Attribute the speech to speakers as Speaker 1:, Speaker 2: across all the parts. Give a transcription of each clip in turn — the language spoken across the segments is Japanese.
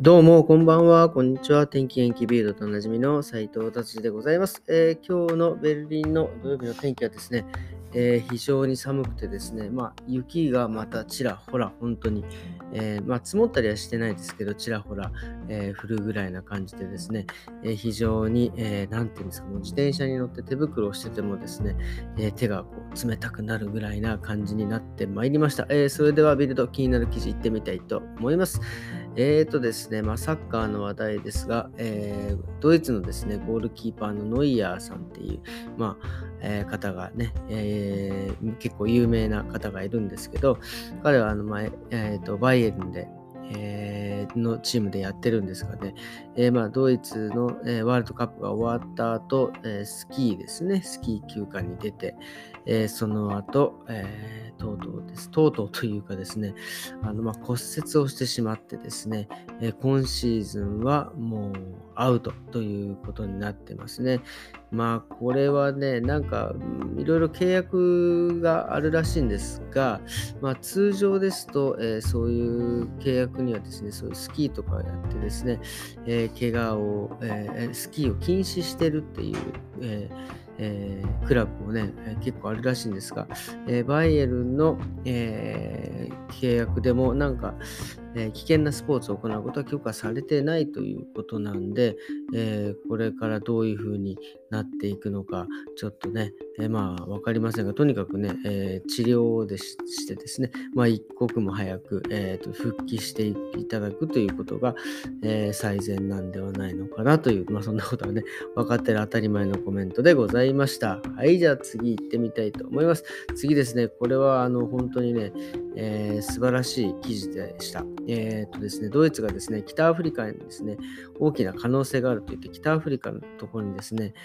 Speaker 1: どうも、こんばんは。こんにちは。天気元気ビルドとおなじみの斉藤達治でございます。今日のベルリンの土曜日の天気はですね、非常に寒くてですね、雪がまたちらほら本当に、積もったりはしてないですけど、ちらほら、降るぐらいな感じでですね、非常に、なんていうんですか、もう自転車に乗って手袋をしててもですね、手がこう冷たくなるぐらいな感じになってまいりました。それではビルド気になる記事いってみたいと思います。ですね、サッカーの話題ですが、ドイツのですね、ゴールキーパーのノイヤーさんっていう、方がね、結構有名な方がいるんですけど、彼はバイエルンで、のチームでやってるんですがね、ドイツの、ワールドカップが終わった後、スキーですね、スキー休暇に出て、その後、とうとうというかですね、骨折をしてしまってですね、今シーズンはもうアウトということになってますね。これはね、いろいろ契約があるらしいんですが、通常ですと、そういう契約にはですね、そういうスキーとかをやってですね、怪我を、スキーを禁止してるっていう、クラブもね、結構あるらしいんですが、バイエルンの、契約でも危険なスポーツを行うことは許可されてないということなんで、これからどういうふうになっていくのか、ちょっとね、わかりませんが、とにかくね、治療をしてですね、一刻も早く、復帰していただくということが、最善なんではないのかなという、そんなことはね、分かってる当たり前のコメントでございました。はい、じゃあ次行ってみたいと思います。次ですね、これは本当にね、素晴らしい記事でした。ですね、ドイツがですね、北アフリカにですね、大きな可能性があると言って、北アフリカのところにですね、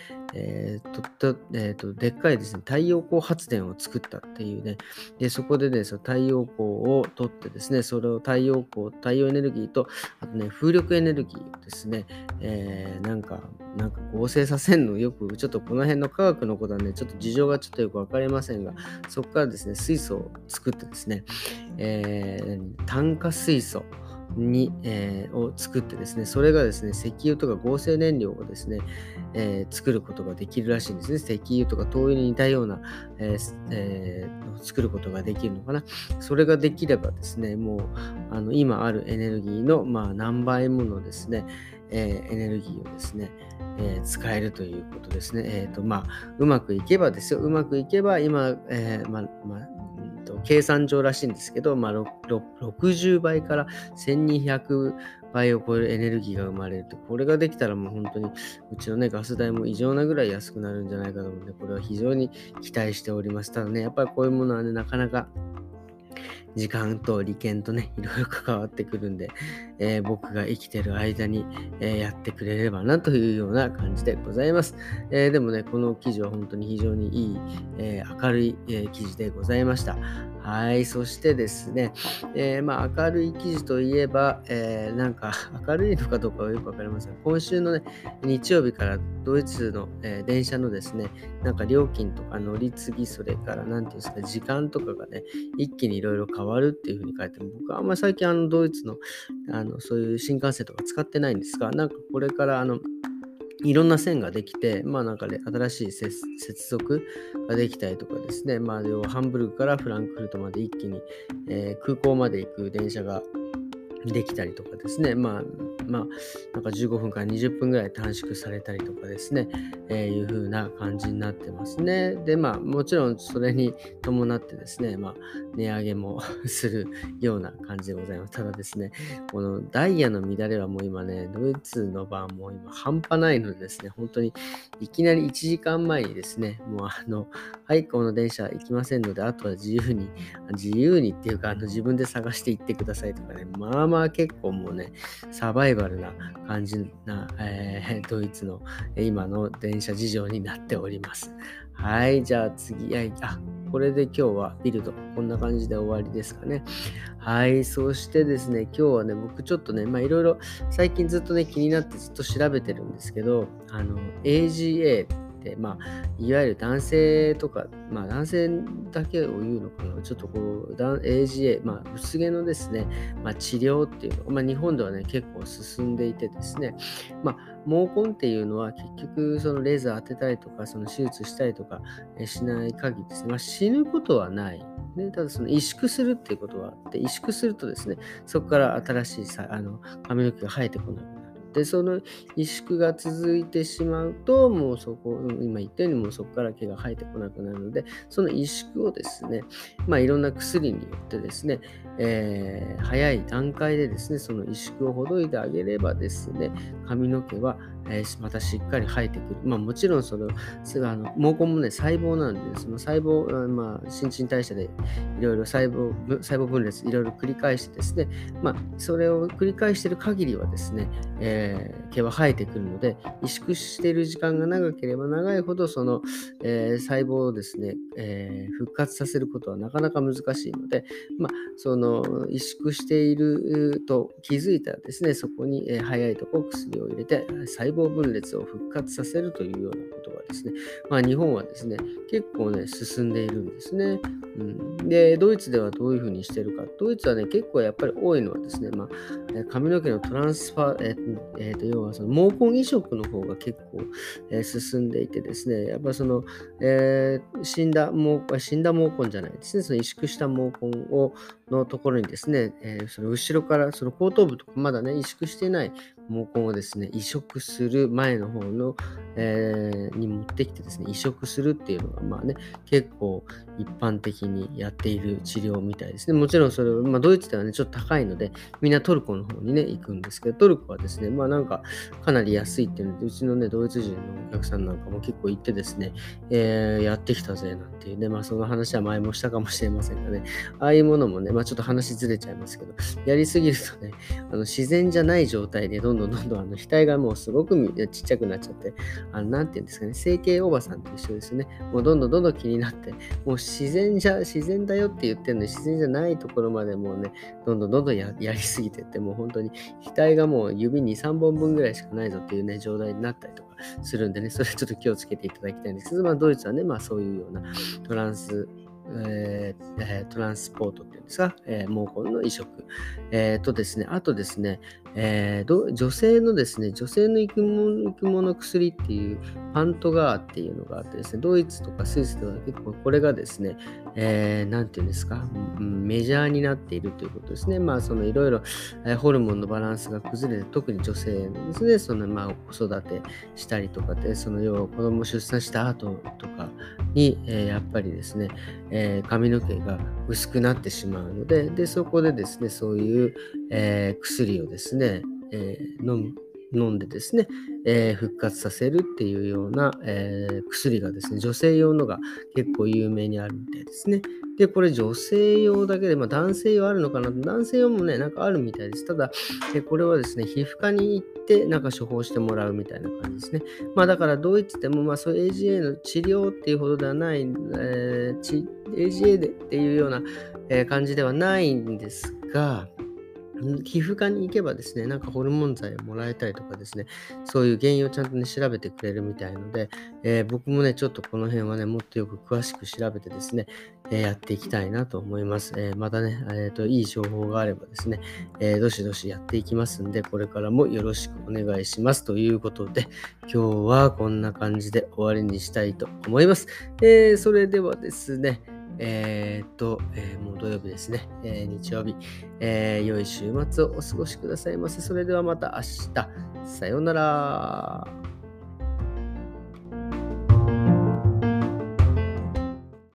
Speaker 1: でっかいですね、太陽光発電を作ったっていうね、でそこでね、その太陽光を取ってですね、それを太陽エネルギーと、あとね、風力エネルギーをですね、合成させるのよく、ちょっとこの辺の科学のことはね、ちょっと事情がちょっとよくわかりませんが、そこからですね、水素を作ってですね、炭化水素を作ってですね、それがですね、石油とか合成燃料をですね、作ることができるらしいんですね。石油とか灯油に似たような、作ることができるのかな。それができればですね、もう今あるエネルギーの、何倍ものですね、エネルギーをですね、使えるということですね。うまくいけばですよ。うまくいけば今、計算上らしいんですけど、60倍から1200倍を超えるエネルギーが生まれると、これができたらもう本当にうちのね、ガス代も異常なぐらい安くなるんじゃないかと思うので、これは非常に期待しております。ただね、やっぱりこういうものはね、なかなか時間と利権とね、いろいろ関わってくるんで、僕が生きてる間に、やってくれればなというような感じでございます。でもね、この記事は本当に非常にいい、明るい、記事でございました。はい、そしてですね、明るい記事といえば、明るいのかどうかはよくわかりません。今週のね、日曜日からドイツの、電車のですね、料金とか乗り継ぎ、それからなんていうんですか、時間とかがね、一気にいろいろ変わるっていう風に書いてある。僕はあんまり最近ドイツのそういう新幹線とか使ってないんですが、これからいろんな線ができて、新しい接続ができたりとかですね、要はハンブルクからフランクフルトまで一気に、空港まで行く電車ができたりとかですね、15分から20分ぐらい短縮されたりとかですね、いう風な感じになってますね。で、もちろんそれに伴ってですね、値上げもするような感じでございます。ただですね、このダイヤの乱れはもう今ね、ドイツの場も今半端ないのでですね、本当にいきなり1時間前にですね、もうはい、この電車行きませんので、あとは自由にっていうか、自分で探して行ってくださいとかね、結構もうね、サバイバルな感じな、ドイツの今の電車事情になっております。はい、じゃあ次、これで今日はビルド、こんな感じで終わりですかね。はい、そしてですね、今日はね、僕ちょっとね、いろいろ最近ずっとね、気になってずっと調べてるんですけど、AGA て、いわゆる男性とか、男性だけを言うのかな、ちょっとAGA、薄毛のですね、治療っていうのが、日本ではね、結構進んでいてですね、毛根っていうのは結局そのレーザー当てたりとか、その手術したりとかしない限りですね、死ぬことはない。ただその萎縮するっていうことはあって、萎縮するとですね、そこから新しい髪の毛が生えてこなくなる。で、その萎縮が続いてしまうと、もう今言ったようにもうそこから毛が生えてこなくなるので、その萎縮をですね、いろんな薬によってですね、早い段階でですね、その萎縮をほどいてあげればですね、髪の毛は、またしっかり生えてくる。もちろん毛根もね、細胞なんで、その細胞、新陳代謝でいろいろ細胞分裂いろいろ繰り返してですね、それを繰り返している限りはですね、毛は生えてくるので、萎縮している時間が長ければ長いほど、その、細胞をですね、復活させることはなかなか難しいので、その萎縮していると気づいたらですね、そこに、早いとこ薬を入れて細胞分裂を復活させるというようなことがですね、日本はですね、結構ね、進んでいるんですね。で、ドイツではどういうふうにしてるか。ドイツはね、結構やっぱり多いのはですね、髪の毛のトランスファー、要はその毛根移植の方が結構、進んでいてですね、やっぱその、死んだ毛根じゃないですね、その萎縮した毛根のところにですね、その後ろからその後頭部とかまだね、萎縮してない毛根をですね、移植する前の方の、に持ってきてですね、移植するっていうのが結構一般的にやっている治療みたいですね。もちろんそれを、ドイツではね、ちょっと高いので、みんなトルコの方にね、行くんですけど、トルコはですね、なんかかなり安いっていうので、うちのね、ドイツ人のお客さんなんかも結構行ってですね、やってきたぜなんていうね、その話は前もしたかもしれませんがね、ああいうものもね、ちょっと話ずれちゃいますけど、やりすぎるとね、自然じゃない状態でどんどん額がもうすごくちっちゃくなっちゃって、なんていうんですかね、整形おばさんと一緒ですね。もうどんどん気になって、もう自然だよって言ってるのに自然じゃないところまでもうね、どんどんやりすぎてって、もう本当に額がもう指2、3本分ぐらいしかないぞっていうね、状態になったりとかするんでね、それちょっと気をつけていただきたいんですけど、ドイツはね、そういうようなトランスポートっていうんですか、毛根の移植、とですね、あとですね、女性の育毛の薬っていうパントガーっていうのがあってですね、ドイツとかスイスでは結構これがですね、なんていうんですか、メジャーになっているということですね。そのいろいろホルモンのバランスが崩れて、特に女性のですね、その子育てしたりとかで、その要は子供を出産した後とかに、やっぱりですね、髪の毛が薄くなってしまうので、そこでですね、そういう、薬をですね、飲んでですね、復活させるっていうような、薬がですね、女性用のが結構有名にあるみたいですね。で、これ女性用だけで、男性用あるのかな、男性用もね、なんかあるみたいです。ただ、これはですね、皮膚科に行ってなんか処方してもらうみたいな感じですね。だからドイツでもそういう AGA の治療っていうほどではない、AGA でっていうような、感じではないんですが、皮膚科に行けばですね、なんかホルモン剤をもらえたりとかですね、そういう原因をちゃんとね、調べてくれるみたいので、僕もね、ちょっとこの辺はね、もっとよく詳しく調べてですね、やっていきたいなと思います。またね、いい情報があればですね、どしどしやっていきますんで、これからもよろしくお願いしますということで、今日はこんな感じで終わりにしたいと思います。それではですね、もう土曜日ですね、日曜日、良い週末をお過ごしくださいませ。それではまた明日。さようなら。